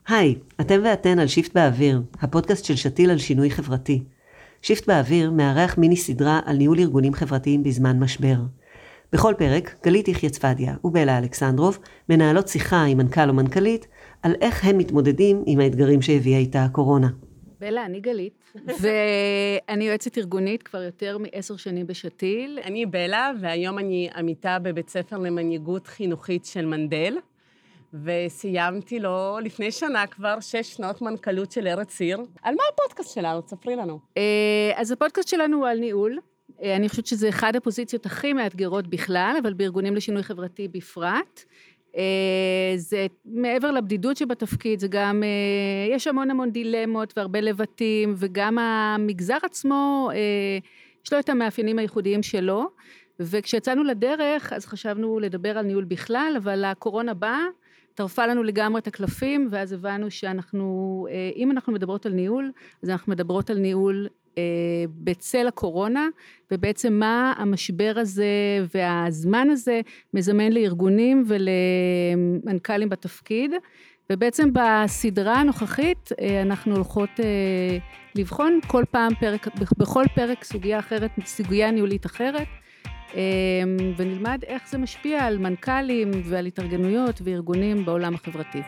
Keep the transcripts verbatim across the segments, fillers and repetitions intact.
היי, אתם ואתן על שיפט באוויר, הפודקאסט של שתיל על שינוי חברתי. שיפט באוויר מארח מיני סדרה על ניהול ארגונים חברתיים בזמן משבר. בכל פרק, גלית יחיא צפדיה ובלה אלכסנדרוב מנהלות שיחה עם מנכ"ל או מנכ"לית על איך הם מתמודדים עם האתגרים שהביאה איתה הקורונה. בלה, אני גלית, ואני יועצת ארגונית כבר יותר מעשר שנים בשתיל. אני בלה, והיום אני עמיתה בבית ספר למנהיגות חינוכית של מנדל, וסיימתי לו לפני שנה כבר שש שנות מנכ"לות של ארץ עיר. על מה הפודקאסט שלנו? תספרי לנו. אז הפודקאסט שלנו הוא על ניהול. אני חושבת שזה אחד הפוזיציות הכי מאתגרות בכלל, אבל בארגונים לשינוי חברתי בפרט. זה מעבר לבדידות שבתפקיד, זה גם, יש המון המון דילמות והרבה לבטים, וגם המגזר עצמו, יש לו את המאפיינים הייחודיים שלו, וכשיצאנו לדרך, אז חשבנו לדבר על ניהול בכלל, אבל הקורונה באה, טרפה לנו לגמרי את הקלפים, ואז הבנו שאנחנו, אם אנחנו מדברות על ניהול, אז אנחנו מדברות על ניהול בצל הקורונה, ובעצם מה המשבר הזה והזמן הזה מזמן לארגונים ולמנכ"לים בתפקיד, ובעצם בסדרה הנוכחית אנחנו הולכות לבחון כל פעם פרק, בכל פרק סוגיה אחרת, סוגיה ניהולית אחרת, ונלמד איך זה משפיע על מנכ"לים ועל התארגנויות וארגונים בעולם החברתי.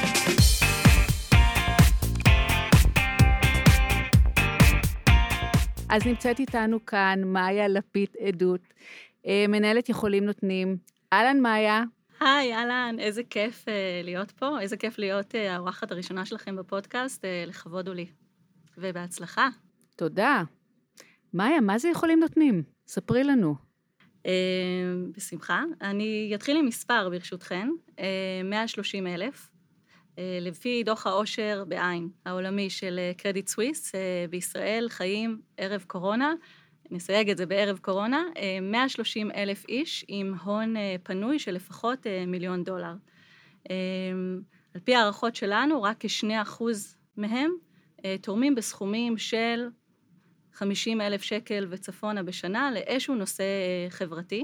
אז נמצאת איתנו כאן מאיה לפיד עדות, מנהלת יכולים נותנים. אהלן מאיה. היי, אהלן, איזה כיף להיות פה, איזה כיף להיות האורחת הראשונה שלכם בפודקאסט, לכבוד הוא לי, ובהצלחה. תודה. מאיה, מה זה יכולים נותנים? ספרי לנו. בשמחה. אני אתחיל עם מספר ברשותכן, מאה ושלושים אלף. לפי דוח העושר בעין העולמי של קרדיט סוויס, בישראל חיים ערב קורונה, נסייג את זה בערב קורונה, מאה ושלושים אלף איש עם הון פנוי של לפחות מיליון דולר. על פי הערכות שלנו, רק כשני אחוז מהם תורמים בסכומים של חמישים אלף שקל וצפונה בשנה לאיזשהו נושא חברתי.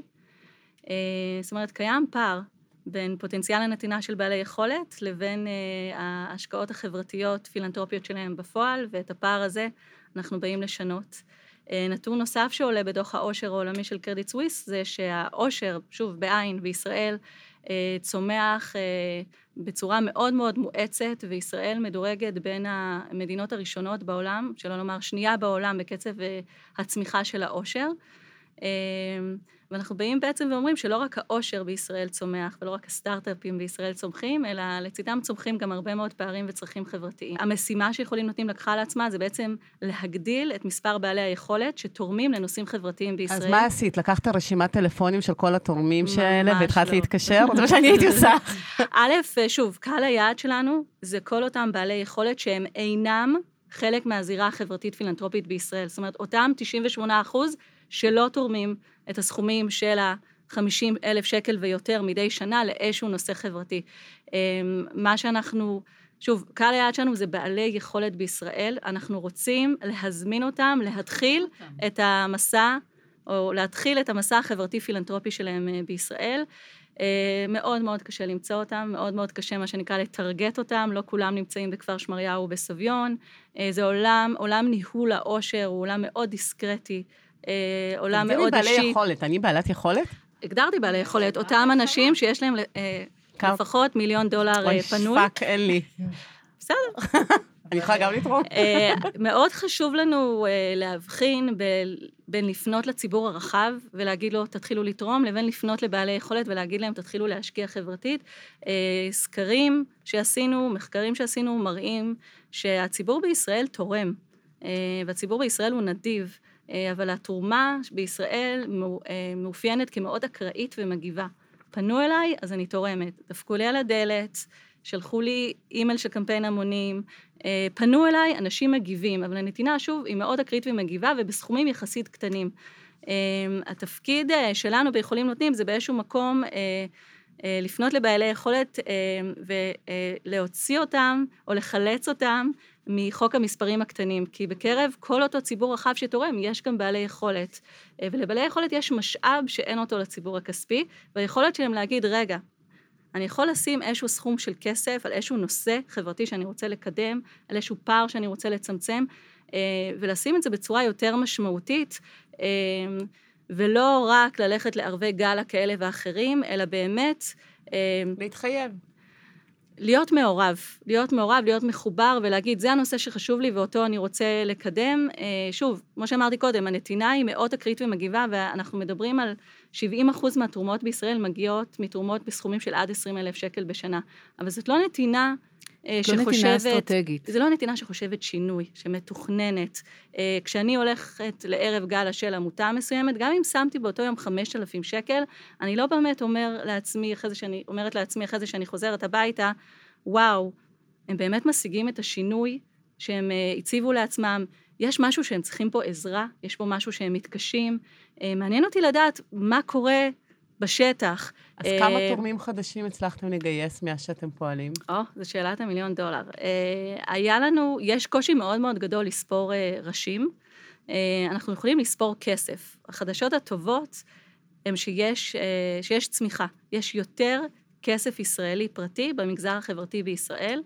זאת אומרת, קיים פער בין פוטנציאל הנתינה של בעלי יכולת לבין uh, ההשקעות החברתיות, פילנטרופיות שלהם בפועל, ואת הפער הזה אנחנו באים לשנות. Uh, נתון נוסף שעולה בדוח העושר העולמי של קרדיט סוויס, זה שהעושר, שוב בעין בישראל, uh, צומח uh, בצורה מאוד מאוד מואצת, וישראל מדורגת בין המדינות הראשונות בעולם, שלא לומר שנייה בעולם בקצב uh, הצמיחה של העושר. Uh, ואנחנו באים בעצם ואומרים שלא רק העושר בישראל צומח, ולא רק הסטארט-אפים בישראל צומחים, אלא לצידם צומחים גם הרבה מאוד פערים וצרכים חברתיים. המשימה שיכולים נותנים לקחה לעצמה, זה בעצם להגדיל את מספר בעלי היכולת שתורמים לנושאים חברתיים בישראל. אז מה עשית? לקחת רשימת טלפונים של כל התורמים שאלה, והתחלת להתקשר? זה מה שאני הייתי עושה. א', שוב, קהל היעד שלנו, זה כל אותם בעלי יכולת שהם אינם חלק מהזירה החברתית-פילנטרופית בישראל. זאת אומרת, אותם תשעים ושמונה אחוז שלא תורמים את הסכומים של ה-חמישים אלף שקל ויותר מדי שנה לאיזשהו נושא חברתי. מה שאנחנו, שוב, קהל היעד שלנו זה בעלי יכולת בישראל, אנחנו רוצים להזמין אותם, להתחיל את המסע, או להתחיל את המסע החברתי-פילנטרופי שלהם בישראל. מאוד מאוד קשה למצוא אותם, מאוד מאוד קשה מה שנקרא לטרגט אותם, לא כולם נמצאים בכפר שמריהו ובסביון. זה עולם, עולם ניהול העושר, הוא עולם מאוד דיסקרטי, עולם מאוד אישי. אני בעלי יכולת, אני בעלת יכולת? הגדרתי בעלי יכולת, אותם אנשים שיש להם לפחות מיליון דולר פנוי. אוי, שפק, אין לי. בסדר. אני יכולה גם לתרום. מאוד חשוב לנו להבחין בין לפנות לציבור הרחב ולהגיד לו, תתחילו לתרום, לבין לפנות לבעלי יכולת ולהגיד להם, תתחילו להשקיע חברתית. סקרים שעשינו, מחקרים שעשינו, מראים שהציבור בישראל תורם, והציבור בישראל הוא נדיב, אבל התרומה בישראל מאופיינת כמאוד אקראית ומגיבה. פנו אליי, אז אני תורמת. דפקו לי על הדלת, שלחו לי אימייל של קמפיין המונים, פנו אליי, אנשים מגיבים, אבל הנתינה, שוב, היא מאוד אקראית ומגיבה, ובסכומים יחסית קטנים. התפקיד שלנו ביכולים נותנים, זה באיזשהו מקום לפנות לבעלי יכולת ולהוציא אותם, או לחלץ אותם, מחוק המספרים הקטנים, כי בקרב כל אותו ציבור רחב שתורם, יש גם בעלי יכולת, ולבעלי יכולת יש משאב שאין אותו לציבור הכספי, והיכולת שלהם להגיד, רגע, אני יכול לשים איזשהו סכום של כסף על איזשהו נושא חברתי שאני רוצה לקדם, על איזשהו פער שאני רוצה לצמצם, ולשים את זה בצורה יותר משמעותית, ולא רק ללכת לערבי גאלה כאלה ואחרים, אלא באמת... להתחייב. להיות מעורב, להיות מעורב, להיות מחובר, ולהגיד, זה הנושא שחשוב לי, ואותו אני רוצה לקדם. שוב, כמו שאמרתי קודם, הנתינה היא מאוד תקרית ומגיבה, ואנחנו מדברים על שבעים אחוז מהתרומות בישראל מגיעות מתרומות בסכומים של עד עשרים אלף שקל בשנה. אבל זאת לא נתינה שחושבת... לא נתינה אסטרטגית. זה לא נתינה שחושבת שינוי, שמתוכננת. כשאני הולכת לערב גאלה של עמותה מסוימת, גם אם שמתי באותו יום חמשת אלפים שקל, אני לא באמת אומר לעצמי, אחרי זה שאני, אומרת לעצמי אחרי זה שאני חוזרת הביתה, וואו, הם באמת משיגים את השינוי שהם הציבו לעצמם, יש משהו שהם צריכים פה עזרה, יש פה משהו שהם מתקשים, מעניין אותי לדעת מה קורה בשטח. אז כמה תורמים חדשים הצלחתם לגייס מאז שאתם פועלים? או, זו שאלת המיליון דולר. היה לנו, יש קושי מאוד מאוד גדול לספור ראשים, אנחנו יכולים לספור כסף. החדשות הטובות הן שיש, שיש צמיחה, יש יותר כסף ישראלי פרטי במגזר החברתי בישראל,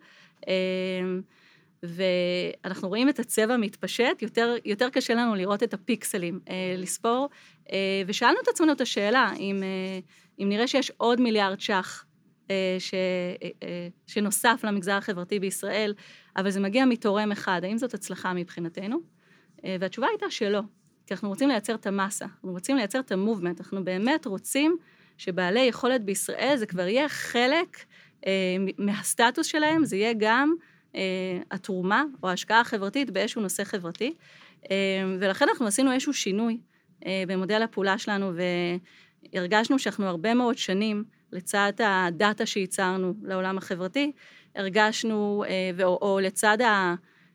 ואנחנו רואים את הצבע מתפשט, יותר, יותר קשה לנו לראות את הפיקסלים, לספור, ושאלנו את עצמנו את השאלה, אם, אם נראה שיש עוד מיליארד שח ש, שנוסף למגזר החברתי בישראל, אבל זה מגיע מתורם אחד, האם זאת הצלחה מבחינתנו? והתשובה הייתה שלא, כי אנחנו רוצים לייצר את המסה, אנחנו רוצים לייצר את המובמנט, אנחנו באמת רוצים שבעלי יכולת בישראל זה כבר יהיה חלק מהסטטוס שלהם, זה יהיה גם התרומה או ההשקעה החברתית באיזשהו נושא חברתי, ולכן אנחנו עשינו איזשהו שינוי במודל הפעולה שלנו, והרגשנו שאנחנו הרבה מאוד שנים, לצד הדאטה שייצרנו לעולם החברתי, הרגשנו, או, או לצד ה,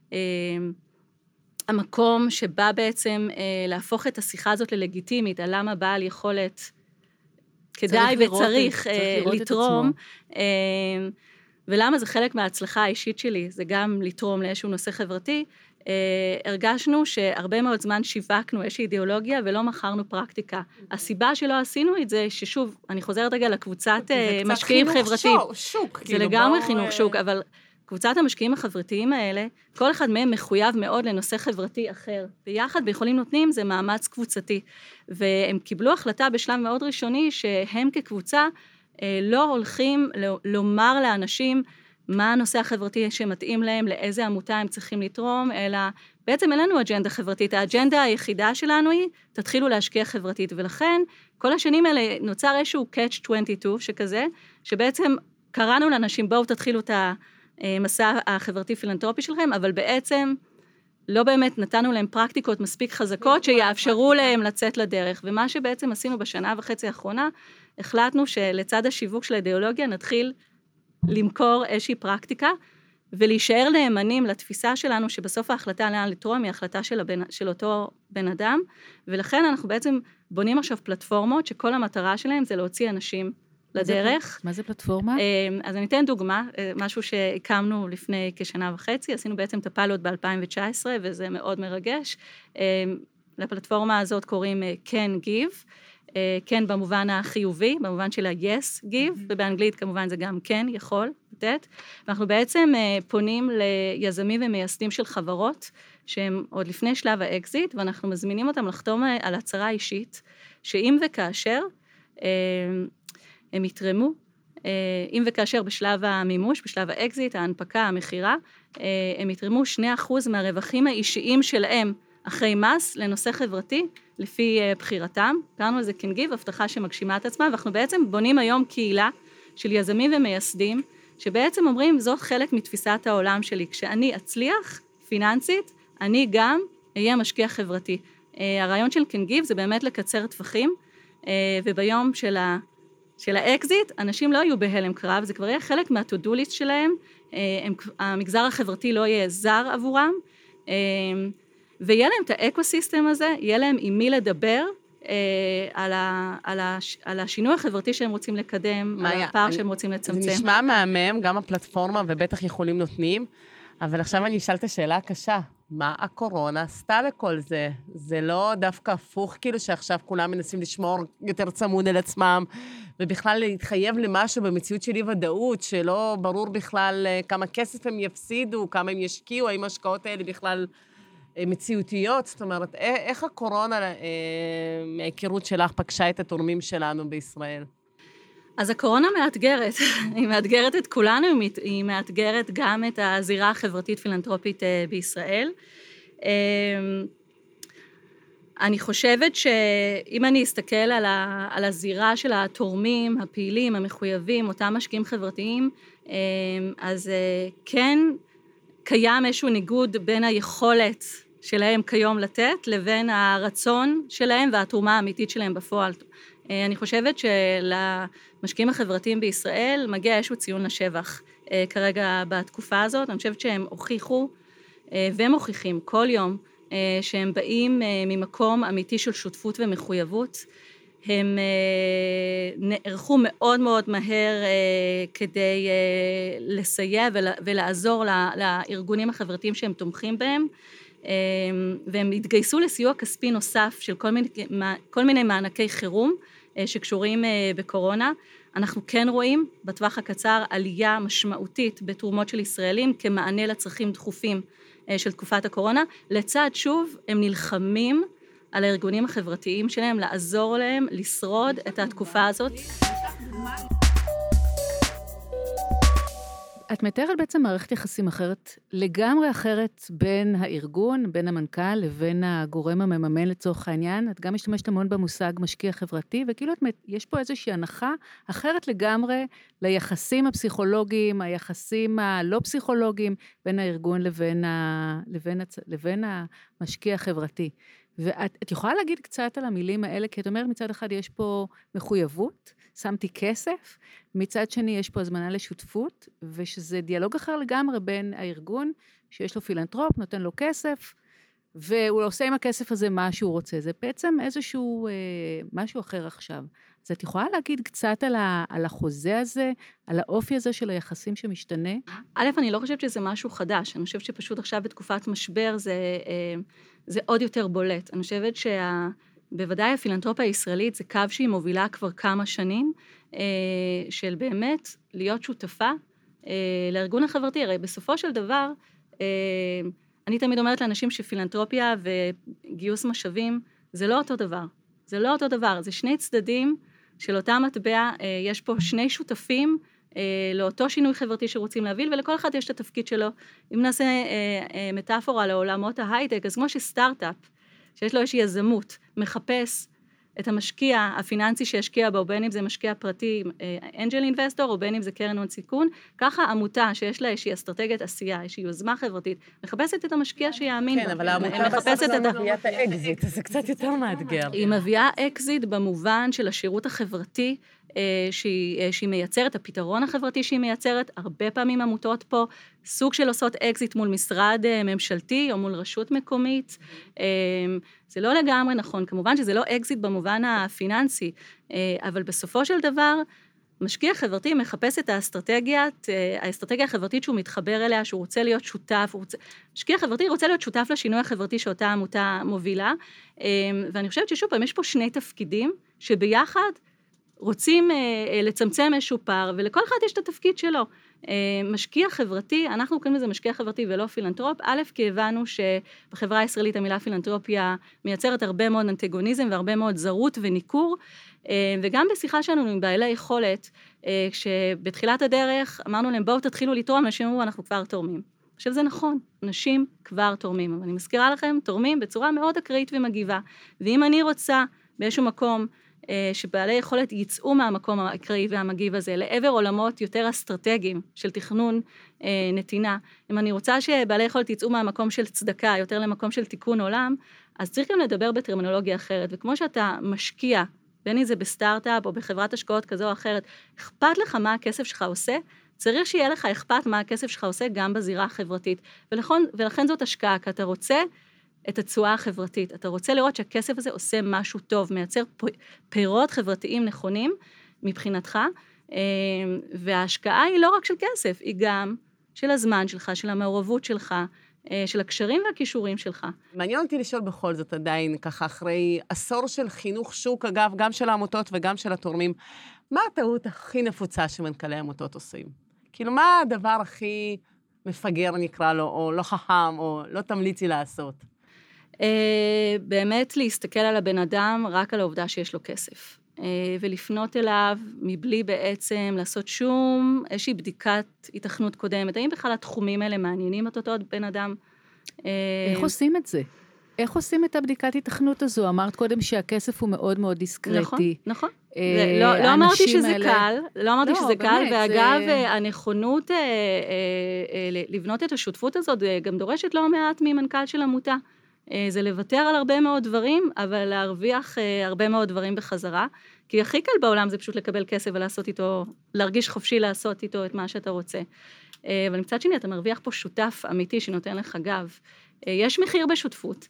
המקום שבא בעצם להפוך את השיחה הזאת ללגיטימית, על למה בעל יכולת כדאי וצריך לתרום, ולמה זה חלק מההצלחה האישית שלי, זה גם לתרום לאיזשהו נושא חברתי, הרגשנו שהרבה מאוד זמן שיווקנו איזושהי אידיאולוגיה ולא מכרנו פרקטיקה. הסיבה שלא עשינו את זה, ששוב, אני חוזרת רגע לקבוצת משקיעים חברתיים. זה קצת חינוך שוק. זה לגמרי חינוך שוק, אבל קבוצת המשקיעים החברתיים האלה, כל אחד מהם מחויב מאוד לנושא חברתי אחר. ביחד, ביכולים נותנים, זה מאמץ קבוצתי. והם קיבלו החלטה בשלב מאוד ראשוני, שהם כקבוצה לא הולכים לומר לאנשים, מה הנושא החברתי שמתאים להם, לאיזה עמותה הם צריכים לתרום, אלא בעצם אין לנו אג'נדה חברתית, האג'נדה היחידה שלנו היא, תתחילו להשקיע חברתית, ולכן כל השנים האלה נוצר איזשהו קאץ' עשרים ושתיים שכזה, שבעצם קראנו לאנשים, בואו תתחילו את המסע החברתי פילנטרופי שלכם, אבל בעצם לא באמת נתנו להם פרקטיקות מספיק חזקות, שיאפשרו להם לצאת לדרך, ומה שבעצם עשינו בשנה וחצי האחרונה, החלטנו שלצד השיווק של האידיאולוגיה נתחיל למכור איזושהי פרקטיקה, ולהישאר נאמנים לתפיסה שלנו, שבסוף ההחלטה לאן לתרום, היא החלטה של, הבן, של אותו בן אדם, ולכן אנחנו בעצם בונים עכשיו פלטפורמות, שכל המטרה שלהם זה להוציא אנשים לדרך. מה זה פלטפורמה? אז אני אתן דוגמה, משהו שהקמנו לפני כשנה וחצי, עשינו בעצם את הפילוט ב-אלפיים תשע עשרה, וזה מאוד מרגש. לפלטפורמה הזאת קוראים כן גיב, כן במובן החיובי, במובן של ה-yes give, ובאנגלית כמובן זה גם כן יכול לתת, ואנחנו בעצם פונים ליזמים ומייסדים של חברות, שהם עוד לפני שלב האקזיט, ואנחנו מזמינים אותם לחתום על הצהרה אישית, שאם וכאשר הם יתרמו, אם וכאשר בשלב המימוש, בשלב האקזיט, ההנפקה, המחירה, הם יתרמו שני אחוז מהרווחים האישיים שלהם, אחרי מס, לנושא חברתי, לפי בחירתם. קראנו על זה כנגיב, הבטחה שמגשימה את עצמה, ואנחנו בעצם בונים היום קהילה של יזמים ומייסדים, שבעצם אומרים, זאת חלק מתפיסת העולם שלי. כשאני אצליח פיננסית, אני גם אהיה משקיע חברתי. הרעיון של כנגיב זה באמת לקצר טווחים, וביום של ה... של האקזיט, אנשים לא יהיו בהלם קרב, זה כבר יהיה חלק מהטודו ליסט שלהם, הם, המגזר החברתי לא יהיה זר עבורם, ויהיה להם את האקוסיסטם הזה, יהיה להם עם מי לדבר על, ה, על, ה, על השינוי החברתי שהם רוצים לקדם, על הפער אני, שהם רוצים לצמצם. זה נשמע מהמם, גם הפלטפורמה, ובטח יכולים נותנים, אבל עכשיו אני אשאל את השאלה הקשה, מה הקורונה עשתה לכל זה? זה לא דווקא הפוך, כאילו שעכשיו כולם מנסים לשמור יותר צמוד על עצמם, ובכלל להתחייב למשהו במציאות של אי-ודאות, שלא ברור בכלל כמה כסף הם יפסידו, כמה הם ישקיעו, האם ההשקעות האלה בכלל מציאותיות. זאת אומרת, איך הקורונה, מההיכרות שלך, פגשה את התורמים שלנו בישראל? אז הקורונה מאתגרת, היא מאתגרת את כולנו, היא מאתגרת גם את הזירה החברתית-פילנטרופית בישראל. אני חושבת שאם אני אסתכל על, ה, על הזירה של התורמים, הפעילים, המחויבים, אותם משקיעים חברתיים, אז כן קיים איזשהו ניגוד בין היכולת שלהם כיום לתת, לבין הרצון שלהם והתרומה האמיתית שלהם בפועל. אני חושבת שלמשקיעים החברתיים בישראל מגיע איזשהו ציון לשבח כרגע בתקופה הזאת. אני חושבת שהם הוכיחו והם הוכיחים כל יום שהם באים ממקום אמיתי של שותפות ומחויבות. הם נערכו מאוד מאוד מהר כדי לסייע ולעזור לארגונים החברתיים שהם תומכים בהם, והם התגייסו לסיוע כספי נוסף של כל מיני, כל מיני מענקי חירום שקשורים בקורונה. אנחנו כן רואים בטווח הקצר עלייה משמעותית בתרומות של ישראלים כמענה לצרכים דחופים של תקופת הקורונה. לצד שוב הם נלחמים על הארגונים החברתיים שלהם, לעזור להם לשרוד את התקופה הזאת. את מתארת בעצם מערכת יחסים אחרת, לגמרי אחרת בין הארגון, בין המנכ"ל לבין הגורם המממן לצורך העניין. את גם משתמשת המון במושג משקיע חברתי, וכאילו את, יש פה איזושהי הנחה אחרת לגמרי ליחסים הפסיכולוגיים, היחסים הלא פסיכולוגיים, בין הארגון לבין, ה, לבין, הצ, לבין המשקיע החברתי. ואת את יכולה להגיד קצת על המילים האלה, כי את אומרת מצד אחד יש פה מחויבות, שמתי כסף, מצד שני יש פה הזמנה לשותפות, ושזה דיאלוג אחר לגמרי בין הארגון, שיש לו פילנטרופ, נותן לו כסף, והוא עושה עם הכסף הזה מה שהוא רוצה. זה בעצם איזשהו אה, משהו אחר עכשיו. אז את יכולה להגיד קצת על, ה, על החוזה הזה, על האופי הזה של היחסים שמשתנה? א', אני לא חושבת שזה משהו חדש, אני חושבת שפשוט עכשיו בתקופת משבר זה, אה, זה עוד יותר בולט. אני חושבת שה... בוודאי הפילנטרופיה הישראלית זה קו שהיא מובילה כבר כמה שנים, של באמת להיות שותפה לארגון החברתי. הרי בסופו של דבר, אני תמיד אומרת לאנשים שפילנטרופיה וגיוס משאבים, זה לא אותו דבר. זה לא אותו דבר, זה שני צדדים של אותה מטבע, יש פה שני שותפים לאותו שינוי חברתי שרוצים להוביל, ולכל אחד יש את התפקיד שלו. אם נעשה מטאפורה לעולמות ההייטק, אז כמו שסטארט-אפ, שיש לו איזושהי יזמות, מחפש את המשקיע הפיננסי שישקיע בו, בין אם זה משקיע פרטי, אנג'ל אינבסטור, או בין אם זה קרן הון סיכון, ככה עמותה שיש לה איזושהי אסטרטגיית עשייה, איזושהי יוזמה חברתית, מחפשת את המשקיע שיאמין בה. כן, אבל העמותה בסוף זה מביאה את האקזיט, זה קצת יותר מאתגר. היא מביאה אקזיט במובן של השירות החברתי, שהיא, שהיא מייצרת, הפתרון החברתי שהיא מייצרת, הרבה פעמים עמותות פה, סוג של עושות אקזיט מול משרד ממשלתי או מול רשות מקומית, זה לא לגמרי נכון, כמובן שזה לא אקזיט במובן הפיננסי, אבל בסופו של דבר, משקיע חברתי מחפש את האסטרטגיית, האסטרטגיה החברתית שהוא מתחבר אליה, שהוא רוצה להיות שותף, הוא רוצה, משקיע חברתי רוצה להיות שותף לשינוי החברתי שאותה עמותה מובילה, ואני חושבת ששוב פעם, יש פה שני תפקידים שביחד רוצים אה, לצמצם איזשהו פער, ולכל אחד יש את התפקיד שלו. אה, משקיע חברתי, אנחנו קוראים לזה משקיע חברתי ולא פילנטרופ, א', כי הבנו שבחברה הישראלית המילה פילנטרופיה מייצרת הרבה מאוד אנטגוניזם והרבה מאוד זרות וניכור, אה, וגם בשיחה שלנו עם בעלי יכולת, אה, כשבתחילת הדרך אמרנו להם, בואו תתחילו לתרום, אנשים אמרו, אנחנו כבר תורמים. עכשיו זה נכון, אנשים כבר תורמים, אבל אני מזכירה לכם, תורמים בצורה מאוד אקראית ומגיבה, ואם אני רוצה באיזשהו מקום, שבעלי יכולת ייצאו מהמקום האקראי והמגיב הזה, לעבר עולמות יותר אסטרטגיים של תכנון נתינה. אם אני רוצה שבעלי יכולת ייצאו מהמקום של צדקה, יותר למקום של תיקון עולם, אז צריך גם לדבר בטרמינולוגיה אחרת, וכמו שאתה משקיע, בין אם זה בסטארט-אפ או בחברת השקעות כזו או אחרת, אכפת לך מה הכסף שלך עושה, צריך שיהיה לך אכפת מה הכסף שלך עושה גם בזירה החברתית, ולכן, ולכן זאת השקעה, כי אתה רוצה את התשואה החברתית. אתה רוצה לראות שהכסף הזה עושה משהו טוב, מייצר פירות חברתיים נכונים מבחינתך, וההשקעה היא לא רק של כסף, היא גם של הזמן שלך, של המעורבות שלך, של הקשרים והכישורים שלך. מעניין אותי לשאול בכל זאת עדיין, ככה אחרי עשור של חינוך שוק, אגב, גם של העמותות וגם של התורמים, מה הטעות הכי נפוצה שמנכ"לי העמותות עושים? כאילו, מה הדבר הכי מפגר נקרא לו, או לא חכם, או לא תמליצי לעשות? באמת להסתכל על הבן אדם רק על העובדה שיש לו כסף. ולפנות אליו מבלי בעצם לעשות שום איזושהי בדיקת התכנות קודמת. האם בכלל התחומים האלה מעניינים את אותו בן אדם? איך עושים את זה? איך עושים את הבדיקת התכנות הזו? אמרת קודם שהכסף הוא מאוד מאוד דיסקרטי. נכון, נכון. לא אמרתי שזה קל, לא אמרתי שזה קל, ואגב, הנכונות לבנות את השותפות הזאת, גם דורשת לא מעט ממנכ"ל של עמותה. זה לוותר על הרבה מאוד דברים, אבל להרוויח הרבה מאוד דברים בחזרה, כי הכי קל בעולם זה פשוט לקבל כסף ולעשות איתו, להרגיש חופשי לעשות איתו את מה שאתה רוצה. אבל מצד שני, אתה מרוויח פה שותף אמיתי שנותן לך גב. יש מחיר בשותפות.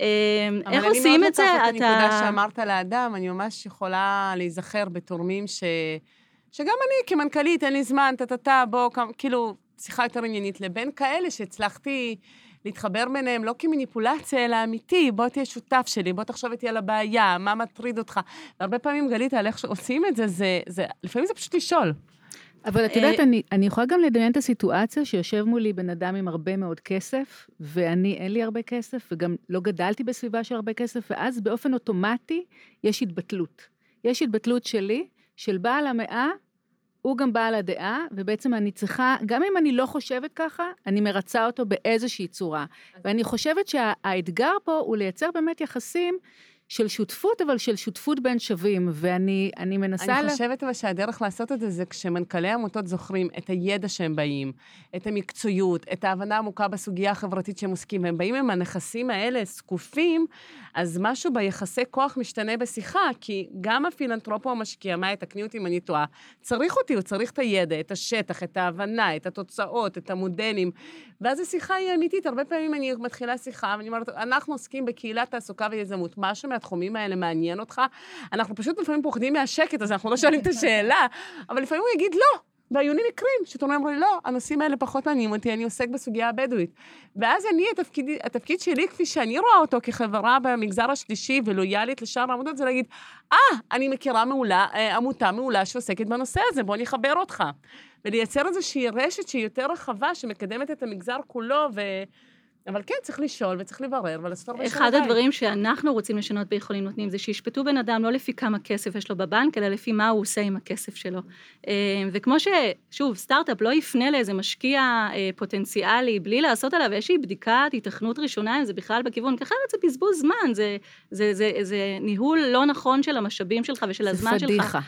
איך עושים את זה? אבל אני מאוד לוקחת את הנקודה שאמרת לאדם, אני ממש יכולה להיזכר בתורמים ש... שגם אני כמנכ"לית, אין לי זמן, תתתה, בוא, כאילו, שיחה יותר עניינית, לבין כאלה שהצלחתי להתחבר ביניהם, לא כמניפולציה, אלא אמיתי, בוא תהיה שותף שלי, בוא תחשוב איתי על הבעיה, מה מטריד אותך. והרבה פעמים גלית, על איך שעושים את זה, זה, זה, לפעמים זה פשוט לשאול. אבל את יודעת, אני, אני יכולה גם לדמיין את הסיטואציה שיושב מולי בן אדם עם הרבה מאוד כסף, ואני אין לי הרבה כסף, וגם לא גדלתי בסביבה של הרבה כסף, ואז באופן אוטומטי יש התבטלות. יש התבטלות שלי, של בעל המאה, הוא גם בעל הדעה, ובעצם אני צריכה, גם אם אני לא חושבת ככה, אני מרצה אותו באיזושהי צורה. ואני חושבת שהאתגר פה הוא לייצר באמת יחסים של שותפות, אבל של שותפות בין שווים, ואני אני מנסה... אני חושבת אבל שהדרך לעשות את זה, זה כשמנכ"לי עמותות זוכרים את הידע שהם באים, את המקצועיות, את ההבנה העמוקה בסוגיה החברתית שהם עוסקים, והם באים עם הנכסים האלה סקופים, אז משהו ביחסי כוח משתנה בשיחה, כי גם הפילנטרופו המשקיע, מה, תקני אותי אם אני טועה, צריך אותי, הוא צריך את הידע, את השטח, את ההבנה, את התוצאות, את המודלים, ואז השיחה היא אמיתית. הרבה פעמים אני מתחילה שיחה, ואני אומרת, אנחנו עוסקים בקהילת תעסוקה ויזמות, משהו מהתחומים האלה מעניין אותך, אנחנו פשוט לפעמים פוחדים מהשקט, אז אנחנו לא שואלים את השאלה, אבל לפעמים הוא יגיד לא, והיו לי מקרים, שתורמים אמרו לי, לא, הנושאים האלה פחות מעניינים אותי, אני עוסק בסוגיה הבדואית. ואז אני, התפקיד, התפקיד שלי, כפי שאני רואה אותו כחברה במגזר השלישי ולויאלית לשאר העמותות, זה להגיד, אה, אני מכירה מעולה, עמותה מעולה שעוסקת בנושא הזה, בוא נחבר אותך. ולייצר איזושהי רשת שהיא יותר רחבה, שמקדמת את המגזר כולו, ו... אבל כן, צריך לשאול וצריך לברר ולעשות הרבה אחד הדברים שאנחנו רוצים לשנות ביכולים נותנים, זה שישפטו בן אדם לא לפי כמה כסף יש לו בבנק, אלא לפי מה הוא עושה עם הכסף שלו. וכמו ששוב, סטארט-אפ לא יפנה לאיזה משקיע פוטנציאלי, בלי לעשות עליו איזושהי בדיקת התכנות ראשונה, אם זה בכלל בכיוון, ככה זה בזבוז זמן, זה, זה, זה, זה ניהול לא נכון של המשאבים שלך ושל הזמן שלך. זה פדיחה.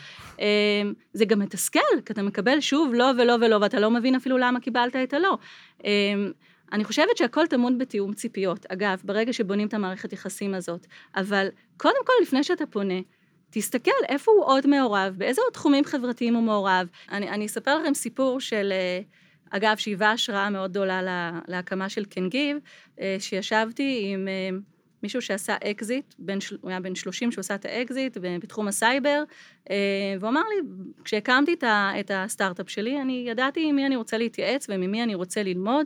זה גם מתסכל, כי אתה מקבל שוב לא ולא ולא, ואתה לא מבין אפילו למה קיבלת את הלא. אני חושבת שהכל תמון בתיאום ציפיות, אגב, ברגע שבונים את המערכת יחסים הזאת, אבל קודם כל, לפני שאתה פונה, תסתכל איפה הוא עוד מעורב, באיזה עוד תחומים חברתיים הוא מעורב. אני, אני אספר לכם סיפור של, אגב, שהיווה השראה מאוד גדולה לה, להקמה של קנגיב, שישבתי עם מישהו שעשה אקזיט, בין, הוא היה בן שלושים שעושה את האקזיט בתחום הסייבר, והוא אמר לי, כשהקמתי את, ה, את הסטארט-אפ שלי, אני ידעתי עם מי אני רוצה להתייעץ וממי אני רוצה ללמוד,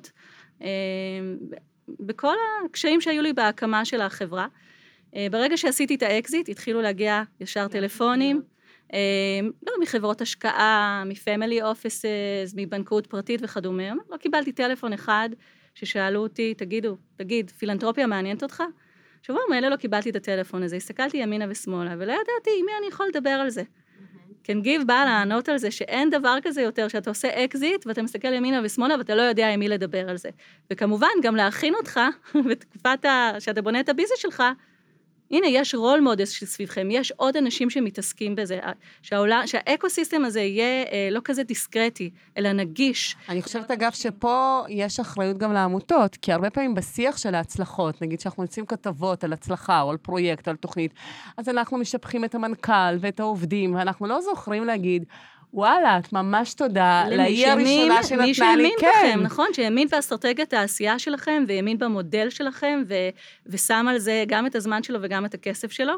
בכל הקשיים שהיו לי בהקמה של החברה. ברגע שעשיתי את האקזיט, התחילו להגיע ישר טלפונים, לא מחברות השקעה, מפמילי אופיסס, מבנקאות פרטית וכדומה. לא קיבלתי טלפון אחד ששאלו אותי, תגידו, תגיד, פילנטרופיה מעניינת אותך? שבוע מאלה לא קיבלתי את הטלפון הזה, הסתכלתי ימינה ושמאלה, ולא ידעתי עם מי אני יכול לדבר על זה. קנגיב בא לענות על זה שאין דבר כזה יותר, שאתה עושה אקזיט, ואתה מסתכל ימינה ושמאלה, ואתה לא יודע עם מי לדבר על זה. וכמובן, גם להכין אותך, בתקופת שאתה בונה את הביזנס שלך, הנה, יש רול מודס סביבכם, יש עוד אנשים שמתעסקים בזה, שהעולם, שהאקוסיסטם הזה יהיה אה, לא כזה דיסקרטי, אלא נגיש. אני חושבת, אגב, שפה יש אחריות גם לעמותות, כי הרבה פעמים בשיח של ההצלחות, נגיד שאנחנו מוצאים כתבות על הצלחה, או על פרויקט, או על תוכנית, אז אנחנו משפחים את המנכ"ל ואת העובדים, ואנחנו לא זוכרים להגיד, וואלה, את ממש תודה, לאי הראשונה שנתנה לי, מי שהאמין בכם, נכון? שהאמין באסטרטגיית העשייה שלכם, והאמין במודל שלכם, ו- ושם על זה גם את הזמן שלו וגם את הכסף שלו.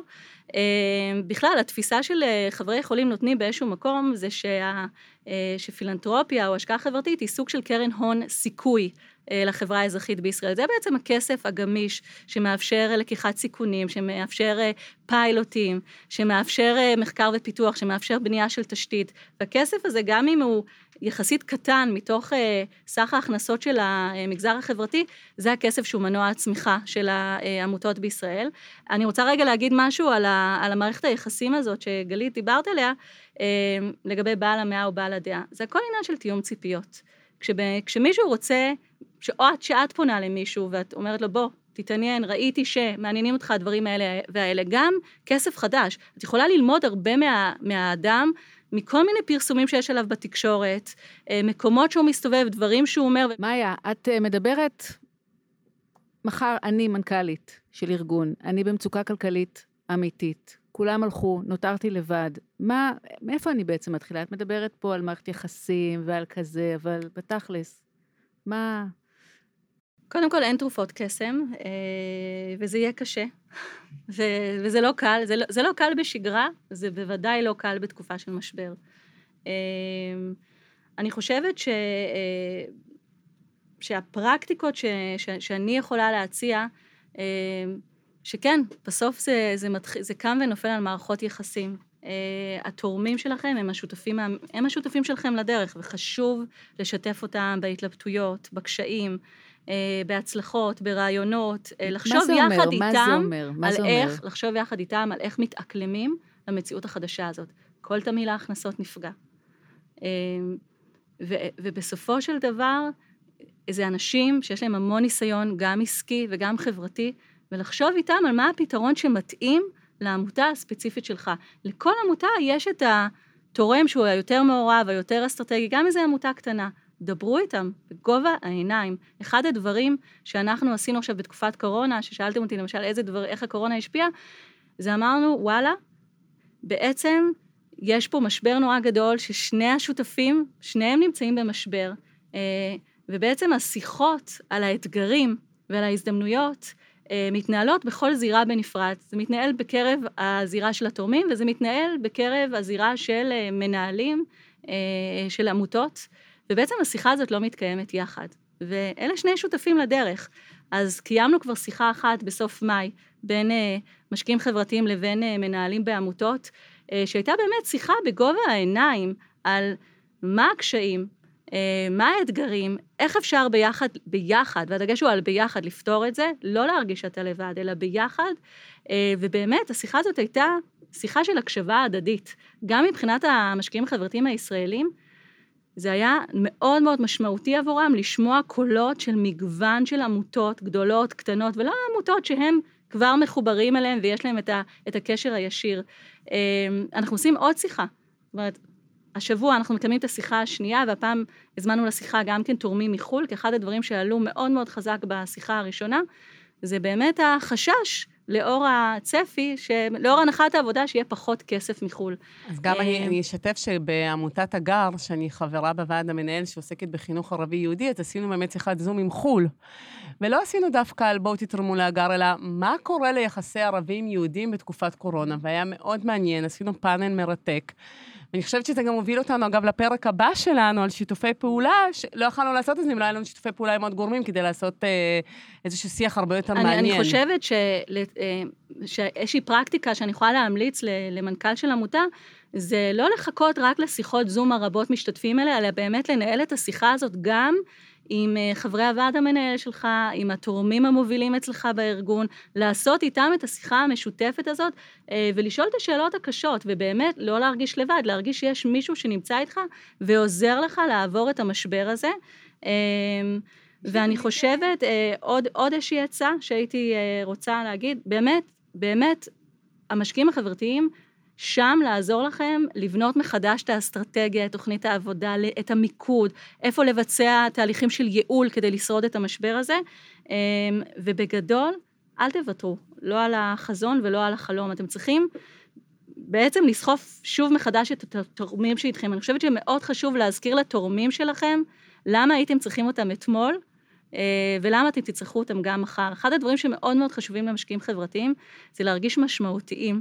בכלל, התפיסה של חברי חולים נותנים באיזשהו מקום, זה שה, שפילנתרופיה או השקעה חברתית היא סוג של קרן הון סיכוי לחברה האזרחית בישראל. זה בעצם הכסף הגמיש שמאפשר לקיחת סיכונים, שמאפשר פיילוטים, שמאפשר מחקר ופיתוח, שמאפשר בנייה של תשתית. והכסף הזה, גם אם הוא יחסית קטן מתוך סך ההכנסות של המגזר החברתי, זה הכסף שהוא מנוע הצמיחה של העמותות בישראל. אני רוצה רגע להגיד משהו על, ה, על המערכת היחסים הזאת שגלית דיברת עליה, לגבי בעל המאה או בעל הדעה. זה הכל עניין של תיאום ציפיות. כשב, כשמישהו רוצה, שאת, שאת פונה למישהו ואת אומרת לו, בוא, תתעניין, ראיתי שמעניינים אותך הדברים האלה והאלה, גם כסף חדש. את יכולה ללמוד הרבה מה, מהאדם, מכל מיני פרסומים שיש עליו בתקשורת, מקומות שהוא מסתובב, דברים שהוא אומר. מאיה, את מדברת, מחר אני מנכ"לית של ארגון, אני במצוקה כלכלית אמיתית, כולם הלכו, נותרתי לבד. מה, מאיפה אני בעצם מתחילה? את מדברת פה על מערכת יחסים ועל כזה, אבל בתכלס, מה? קודם כל, אין תרופות קסם, וזה יהיה קשה, וזה לא קל, זה לא, זה לא קל בשגרה, זה בוודאי לא קל בתקופה של משבר. אני חושבת ש, שהפרקטיקות ש, ש, שאני יכולה להציע, שכן, בסוף זה, זה, מתח... זה קם ונופל על מערכות יחסים. Uh, התורמים שלכם הם השותפים, הם השותפים שלכם לדרך, וחשוב לשתף אותם בהתלבטויות, בקשיים, uh, בהצלחות, ברעיונות, uh, לחשוב יחד אומר? איתם, מה על זה איך, אומר? לחשוב יחד איתם על איך מתאקלמים למציאות החדשה הזאת. כל תמיל ההכנסות נפגע. Uh, ו, ובסופו של דבר, זה אנשים שיש להם המון ניסיון, גם עסקי וגם חברתי, ולחשוב איתם על מה הפתרון שמתאים לעמותה הספציפית שלך. לכל עמותה יש את התורם שהוא היותר מעורב, היותר אסטרטגי, גם איזו עמותה קטנה. דברו איתם בגובה העיניים. אחד הדברים שאנחנו עשינו עכשיו בתקופת קורונה, ששאלתם אותי למשל איזה דבר, איך הקורונה השפיעה, זה אמרנו, וואלה, בעצם יש פה משבר נורא גדול, ששני השותפים, שניהם נמצאים במשבר, ובעצם השיחות על האתגרים ועל ההזדמנויות, מתנהלות בכל זירה בנפרד. זה מתנהל בקרב הזירה של התורמים, וזה מתנהל בקרב הזירה של מנהלים, של עמותות, ובעצם השיחה הזאת לא מתקיימת יחד. ואלה שני שותפים לדרך. אז קיימנו כבר שיחה אחת בסוף מאי, בין משקיעים חברתיים לבין מנהלים בעמותות, שהייתה באמת שיחה בגובה העיניים על מה הקשיים, מה האתגרים, איך אפשר ביחד, ביחד, והדגש הוא על ביחד לפתור את זה, לא להרגיש שאתה לבד, אלא ביחד, ובאמת השיחה הזאת הייתה שיחה של הקשבה הדדית, גם מבחינת המשקיעים החברתיים הישראלים, זה היה מאוד מאוד משמעותי עבורם, לשמוע קולות של מגוון של עמותות גדולות, קטנות, ולא עמותות שהם כבר מחוברים אליהם, ויש להם את, ה, את הקשר הישיר. אנחנו עושים עוד שיחה, זאת אומרת, השבוע אנחנו מקיימים את השיחה השנייה, והפעם הזמנו לשיחה גם כן תורמים מחול, כי אחד הדברים שעלו מאוד מאוד חזק בשיחה הראשונה, זה באמת החשש לאור הצפי, לאור הנחת העבודה שיהיה פחות כסף מחול. אז גם אני, אני אשתף שבעמותת הגר, שאני חברה בוועד המנהל שעוסקת בחינוך ערבי-יהודי, אז עשינו באמת שיחת זום עם חול. ולא עשינו דווקא על בואו תתרמו להגר, אלא מה קורה ליחסי ערבים-יהודים בתקופת קורונה, והיה מאוד מעניין, עשינו פאנל מרתק. ואני חושבת שזה גם הוביל אותנו, אגב, לפרק הבא שלנו, על שיתופי פעולה, שלא יכולנו לעשות את זה, אם לא היה לנו שיתופי פעולה עם עוד גורמים, כדי לעשות אה, איזשהו שיח הרבה יותר אני, מעניין. אני חושבת ש, אה, שאיזושהי פרקטיקה שאני יכולה להמליץ למנכ"ל של עמותה, זה לא לחכות רק לשיחות זום הרבות משתתפים אלה, אלא באמת לנהל את השיחה הזאת גם עם חברי הוועד המנהל שלך, עם התורמים המובילים אצלך בארגון, לעשות איתם את השיחה המשותפת הזאת, ולשאול את השאלות הקשות, ובאמת לא להרגיש לבד, להרגיש שיש מישהו שנמצא איתך, ועוזר לך לעבור את המשבר הזה. ואני חושבת, עוד, עוד איזושהי עצה שהייתי רוצה להגיד, באמת, באמת, המשקיעים החברתיים, שם לעזור לכם לבנות מחדש את האסטרטגיה, את תוכנית העבודה, את המיקוד, איפה לבצע תהליכים של ייעול כדי לשרוד את המשבר הזה, ובגדול, אל תוותרו, לא על החזון ולא על החלום, אתם צריכים בעצם לסחוף שוב מחדש את התורמים שאיתכם, אני חושבת שמאוד חשוב להזכיר לתורמים שלכם, למה הייתם צריכים אותם אתמול, ולמה אתם תצטרכו אותם גם מחר. אחד הדברים שמאוד מאוד חשובים למשקיעים חברתיים, זה להרגיש משמעותיים,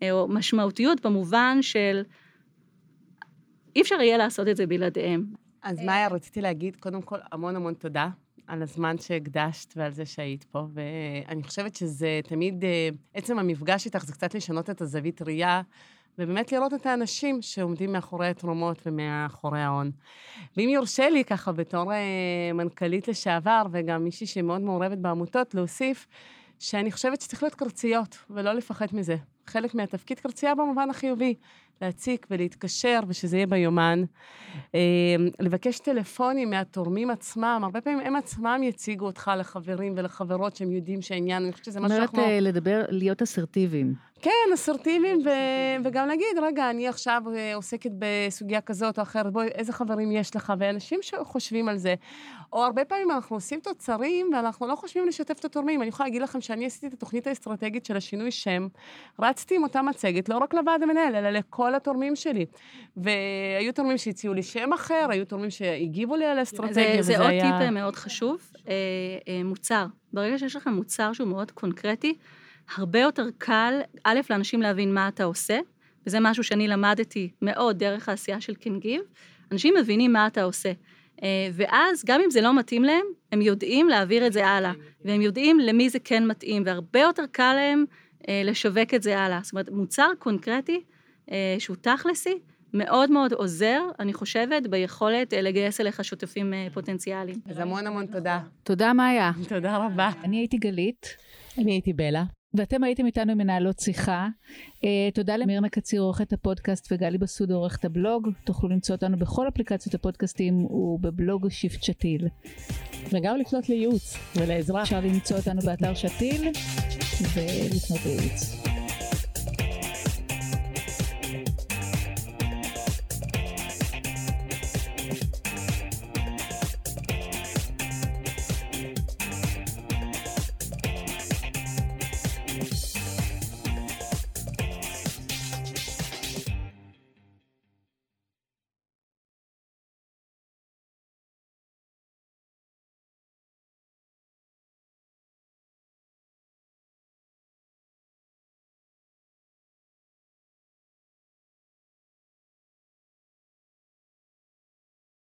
או משמעותיות במובן של אי אפשר יהיה לעשות את זה בלעדיהם. אז מאיה, רציתי להגיד, קודם כל, המון המון תודה על הזמן שהקדשת ועל זה שהיית פה, ואני חושבת שזה תמיד, עצם המפגש איתך זה קצת לשנות את הזווית ראייה, ובאמת לראות את האנשים שעומדים מאחורי התרומות ומאחורי ההון. ואם יורשה לי ככה בתור מנכ"לית לשעבר, וגם מישהי שמאוד מעורבת בעמותות, להוסיף שאני חושבת שצריך להיות קרציות, ולא לפחד מזה. חלק מהתפקיד קרצייה במובן החיובי, להציק ולהתקשר, ושזה יהיה ביומן. לבקש טלפונים מהתורמים עצמם, הרבה פעמים הם עצמם יציגו אותך לחברים ולחברות שהם יודעים שהעניין, אני חושבת שזה משהו שאנחנו... אומרת לדבר, להיות אסרטיביים. כן, אסרטיביים, ו... וגם להגיד, רגע, אני עכשיו עוסקת בסוגיה כזאת או אחרת, בואי, איזה חברים יש לך, ואנשים שחושבים על זה. או הרבה פעמים אנחנו עושים תוצרים, ואנחנו לא חושבים לשתף את התורמים. אני יכולה להגיד לכם שאני עשיתי את התוכנית האסטרטגית של השינוי שם, רצתי עם אותה מצגת, לא רק לוועד המנהל, אלא לכל התורמים שלי. והיו תורמים שהציעו לי שם אחר, היו תורמים שהגיבו לי על האסטרטגיה, זה, זה עוד היה... טיפ מאוד חשוב, אה, אה, מוצר. ברגע שיש לכם מוצר שהוא מאוד קונקרטי, הרבה יותר קל, א', לאנשים להבין מה אתה עושה, וזה משהו שאני למדתי מאוד דרך העשייה של קנגיב, אנשים מבינים מה אתה עושה. ואז, גם אם זה לא מתאים להם, הם יודעים להעביר את זה הלאה, והם יודעים למי זה כן מתאים, והרבה יותר קל להם לשווק את זה הלאה. זאת אומרת, מוצר קונקרטי, שהוא תכלסי, מאוד מאוד עוזר, אני חושבת, ביכולת לגייס אליך שותפים פוטנציאליים. אז המון המון תודה. תודה, מאיה. תודה רבה. אני הייתי גלית. אני הייתי בלה. ואתם הייתם איתנו מנהלות שיחה. Uh, תודה למירנה קציר עורכת הפודקאסט וגלי בסוד עורכת הבלוג. תוכלו למצוא אותנו בכל אפליקציות הפודקאסטים ובבלוג שיפט שתיל. וגם לפנות לייעוץ ולעזרה. אפשר למצוא אותנו באתר שתיל ולפנות לייעוץ.